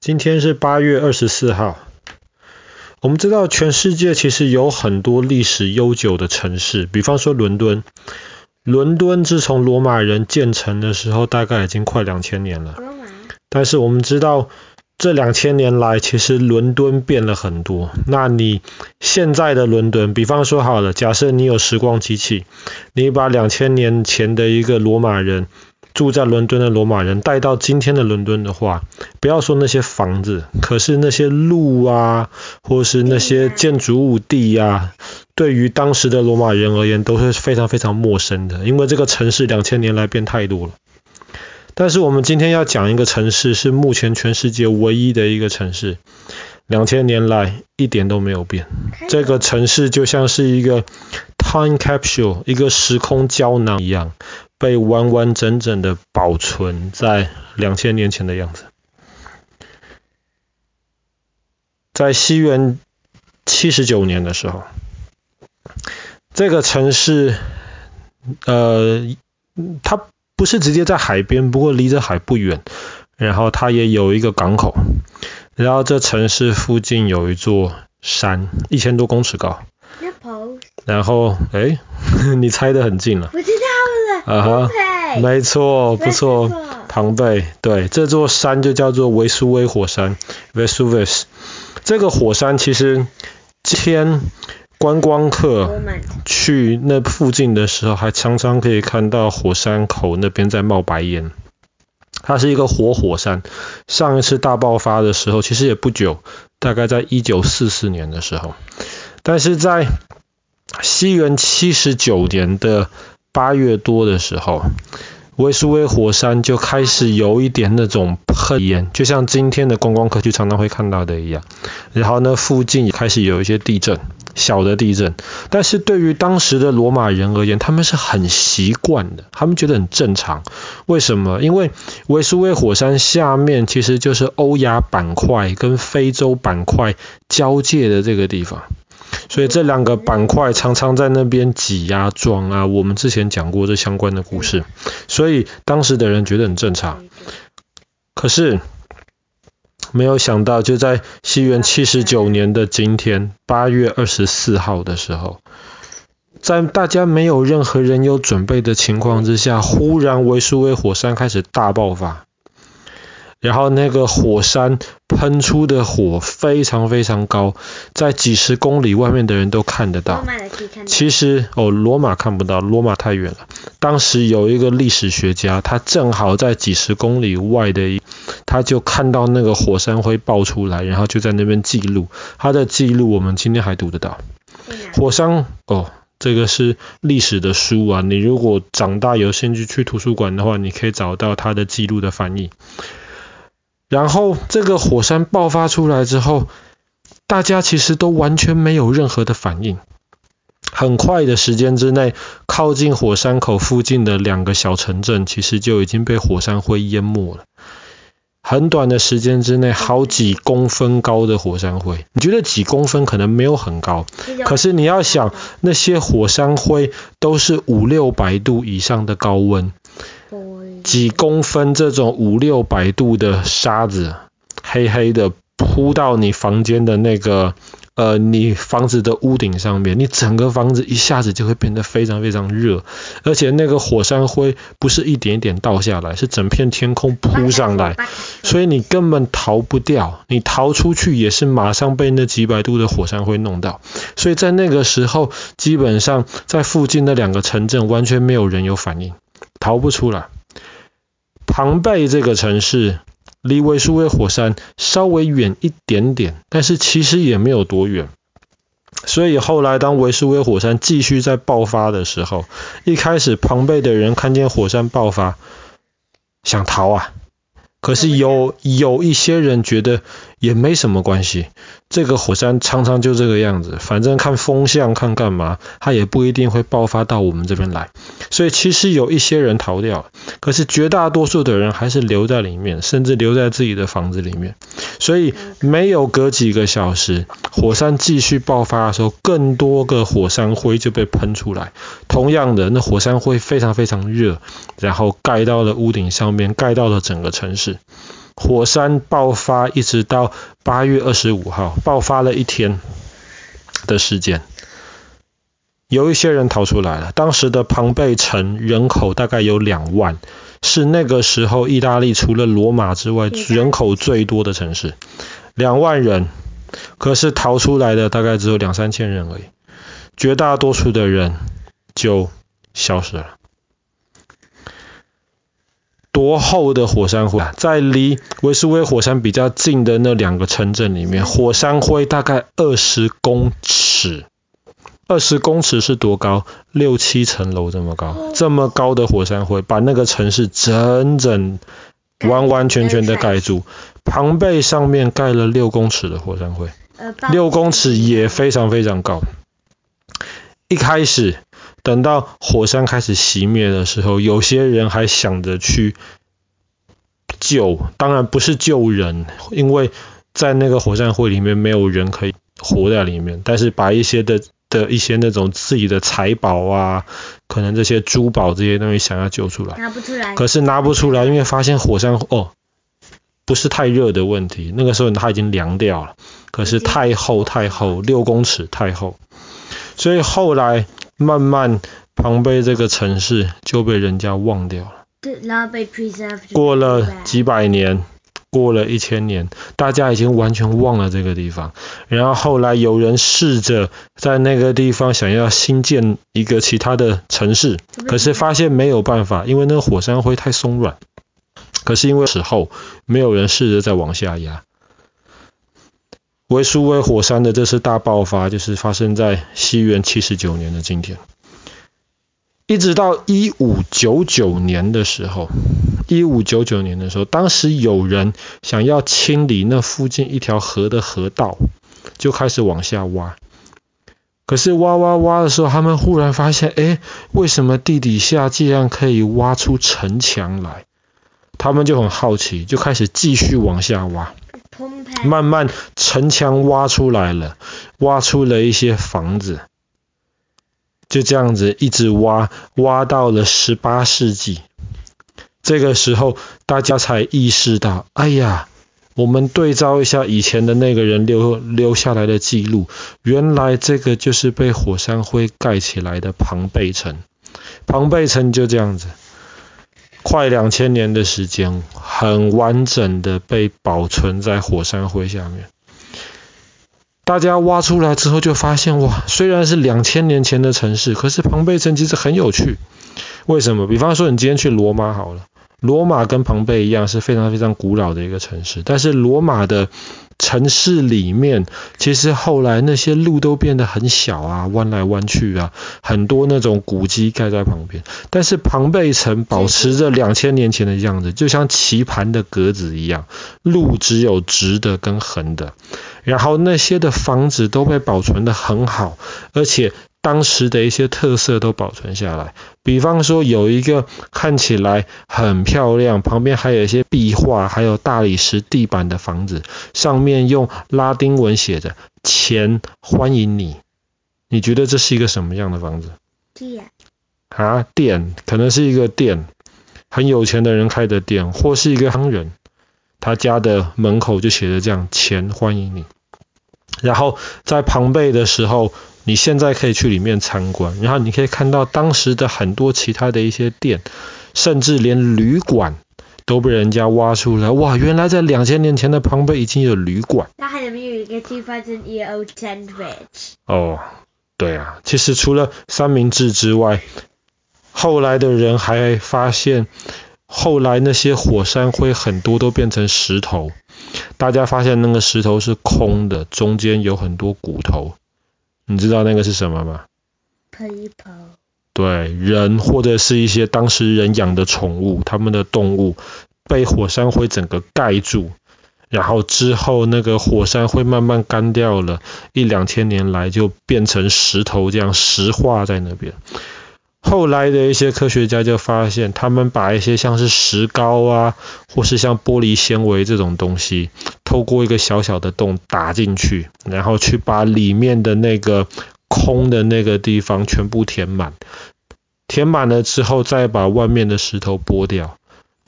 今天是8月24号。我们知道全世界其实有很多历史悠久的城市，比方说伦敦。伦敦自从罗马人建成的时候，大概已经快2000年了。但是我们知道这2000年来，其实伦敦变了很多。那你现在的伦敦，比方说好了，假设你有时光机器，你把2000年前的一个罗马人住在伦敦的罗马人带到今天的伦敦的话，不要说那些房子，可是那些路啊，或是那些建筑物地啊，对于当时的罗马人而言都是非常非常陌生的，因为这个城市2000年来变太多了。但是我们今天要讲一个城市，是目前全世界唯一的一个城市，2000年来一点都没有变。这个城市就像是一个 time capsule， 一个时空胶囊一样，被完完整整的保存在2000年前的样子。在西元79年的时候，这个城市它不是直接在海边，不过离着海不远，然后它也有一个港口，然后这城市附近有一座山，1000多公尺高。然后你猜得很近了。 我知道了， 没错，不错，庞贝。对，这座山就叫做维苏威火山 Vesuvius。 这个火山其实今天观光客去那附近的时候，还常常可以看到火山口那边在冒白烟。它是一个火山，上一次大爆发的时候其实也不久，大概在1944年的时候。但是在西元79年的8月多的时候，维苏威火山就开始有一点那种喷烟，就像今天的观光客去常常会看到的一样。然后呢，附近也开始有一些地震，小的地震。但是对于当时的罗马人而言，他们是很习惯的，他们觉得很正常。为什么？因为维苏威火山下面其实就是欧亚板块跟非洲板块交界的这个地方。所以这两个板块常常在那边挤压撞啊，我们之前讲过这相关的故事，所以当时的人觉得很正常。可是没有想到，就在西元79年的今天8月24号的时候，在大家没有任何人有准备的情况之下，忽然维苏威火山开始大爆发。然后那个火山喷出的火非常非常高，在几十公里外面的人都看得到。其实罗马看不到，罗马太远了。当时有一个历史学家，他正好在几十公里外的他就看到那个火山灰爆出来，然后就在那边记录。他的记录我们今天还读得到。火山这个是历史的书啊，你如果长大有兴趣去图书馆的话，你可以找到他的记录的翻译。然后这个火山爆发出来之后，大家其实都完全没有任何的反应。很快的时间之内，靠近火山口附近的2个小城镇其实就已经被火山灰淹没了。很短的时间之内，好几公分高的火山灰。你觉得几公分可能没有很高，可是你要想，那些火山灰都是500-600度以上的高温，几公分这种500-600度的沙子，黑黑的铺到你房间的那个你房子的屋顶上面，你整个房子一下子就会变得非常非常热。而且那个火山灰不是一点点倒下来，是整片天空扑上来，所以你根本逃不掉，你逃出去也是马上被那几百度的火山灰弄到。所以在那个时候，基本上在附近的2个城镇完全没有人有反应，逃不出来。庞贝这个城市离维苏威火山稍微远一点点，但是其实也没有多远。所以后来当维苏威火山继续在爆发的时候，一开始庞贝的人看见火山爆发，想逃啊。可是有一些人觉得也没什么关系，这个火山常常就这个样子，反正看风向看干嘛，它也不一定会爆发到我们这边来。所以其实有一些人逃掉，可是绝大多数的人还是留在里面，甚至留在自己的房子里面。所以没有隔几个小时，火山继续爆发的时候，更多个火山灰就被喷出来。同样的，那火山灰非常非常热，然后盖到了屋顶上面，盖到了整个城市。 火山爆发一直到8月25号，爆发了1天的时间。有一些人逃出来了。当时的庞贝城人口大概有2万，是那个时候意大利除了罗马之外人口最多的城市，2万人。可是逃出来的大概只有2-3千人而已，绝大多数的人就消失了。多厚的火山灰，在离维苏威火山比较近的那2个城镇里面，火山灰大概20公尺。20公尺是多高？6-7层楼这么高。这么高的火山灰把那个城市整整完完全全的盖住。庞贝上面盖了6公尺的火山灰，6公尺也非常非常高。一开始等到火山开始熄灭的时候，有些人还想着去救，当然不是救人，因为在那个火山灰里面没有人可以活在里面，但是把一些那种自己的财宝啊，可能这些珠宝这些东西想要救出来， 拿不出来， 可是拿不出来，因为发现火山不是太热的问题，那个时候它已经凉掉了，可是太厚，6公尺太厚，所以后来慢慢庞贝这个城市就被人家忘掉了。过了几百年，过了1000年，大家已经完全忘了这个地方。然后后来有人试着在那个地方想要新建一个其他的城市，可是发现没有办法，因为那个火山灰太松软。可是因为时候没有人试着再往下压。维苏威火山的这次大爆发就是发生在西元79年的今天。一直到1599年的时候，当时有人想要清理那附近一条河的河道，就开始往下挖。可是挖的时候，他们忽然发现，为什么地底下竟然可以挖出城墙来？他们就很好奇，就开始继续往下挖。慢慢城墙挖出来了，挖出了一些房子。就这样子一直挖到了18世纪。这个时候大家才意识到，哎呀，我们对照一下以前的那个人留下来的记录，原来这个就是被火山灰盖起来的庞贝城。庞贝城就这样子，快2000年的时间，很完整的被保存在火山灰下面。大家挖出来之后就发现，哇，虽然是2000年前的城市，可是庞贝城其实很有趣。为什么？比方说你今天去罗马好了，罗马跟庞贝一样是非常非常古老的一个城市，但是罗马的城市里面，其实后来那些路都变得很小啊，弯来弯去啊，很多那种古迹盖在旁边。但是庞贝城保持着2000年前的样子，就像棋盘的格子一样，路只有直的跟横的。然后那些的房子都被保存得很好，而且当时的一些特色都保存下来。比方说有一个看起来很漂亮，旁边还有一些壁画，还有大理石地板的房子，上面用拉丁文写着钱欢迎你。你觉得这是一个什么样的房子？店，可能是一个店，很有钱的人开的店，或是一个商人，他家的门口就写着这样，钱欢迎你。然后在庞贝的时候，你现在可以去里面参观，然后你可以看到当时的很多其他的一些店，甚至连旅馆都被人家挖出来。哇，原来在2000年前的庞贝已经有旅馆。 那还有没有一个2000-year-old sandwich？ 对啊，其实除了三明治之外，后来的人还发现，后来那些火山灰很多都变成石头，大家发现那个石头是空的，中间有很多骨头。你知道那个是什么吗？ People。 对，人或者是一些当时人养的宠物，他们的动物被火山灰整个盖住，然后之后那个火山灰慢慢干掉了，2000年来就变成石头这样石化在那边。后来的一些科学家就发现，他们把一些像是石膏啊，或是像玻璃纤维这种东西，透过一个小小的洞打进去，然后去把里面的那个空的那个地方全部填满。填满了之后，再把外面的石头剥掉，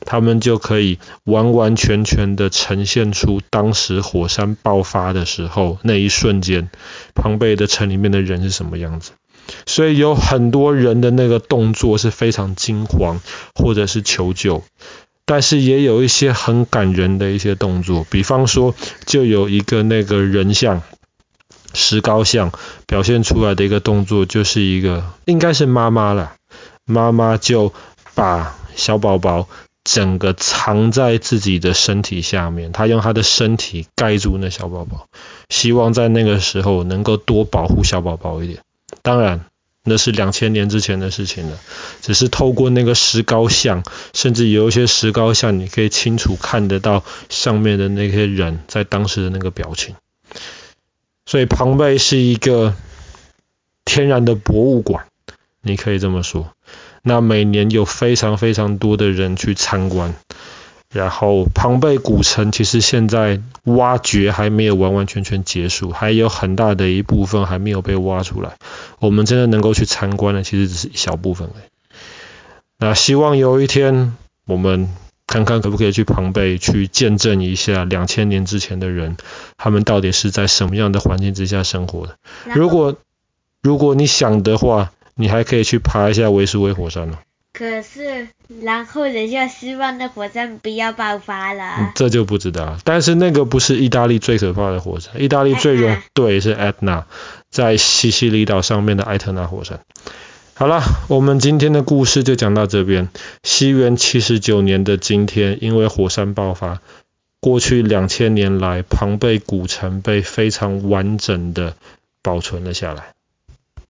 他们就可以完完全全的呈现出当时火山爆发的时候那一瞬间庞贝的城里面的人是什么样子。所以有很多人的那个动作是非常惊慌或者是求救，但是也有一些很感人的一些动作，比方说就有一个那个人像石膏像表现出来的一个动作，就是一个应该是妈妈啦，妈妈就把小宝宝整个藏在自己的身体下面，她用她的身体盖住那小宝宝，希望在那个时候能够多保护小宝宝一点。当然那是2000年之前的事情了，只是透过那个石膏像，甚至有一些石膏像你可以清楚看得到上面的那些人在当时的那个表情。所以庞贝是一个天然的博物馆，你可以这么说。那每年有非常非常多的人去参观，然后庞贝古城其实现在挖掘还没有完完全全结束，还有很大的一部分还没有被挖出来，我们真的能够去参观的其实只是一小部分而已。那希望有一天我们看看可不可以去庞贝去见证一下2000年之前的人，他们到底是在什么样的环境之下生活的。如果你想的话，你还可以去爬一下维苏威火山哦。 可是然后人就希望那火山不要爆发了。 这就不知道，但是那个不是意大利最可怕的火山，意大利最对是 Etna， 在西西里岛上面的埃特纳火山。好了，我们今天的故事就讲到这边。西元79年的今天，因为火山爆发，过去2000年来庞贝古城被非常完整的保存了下来。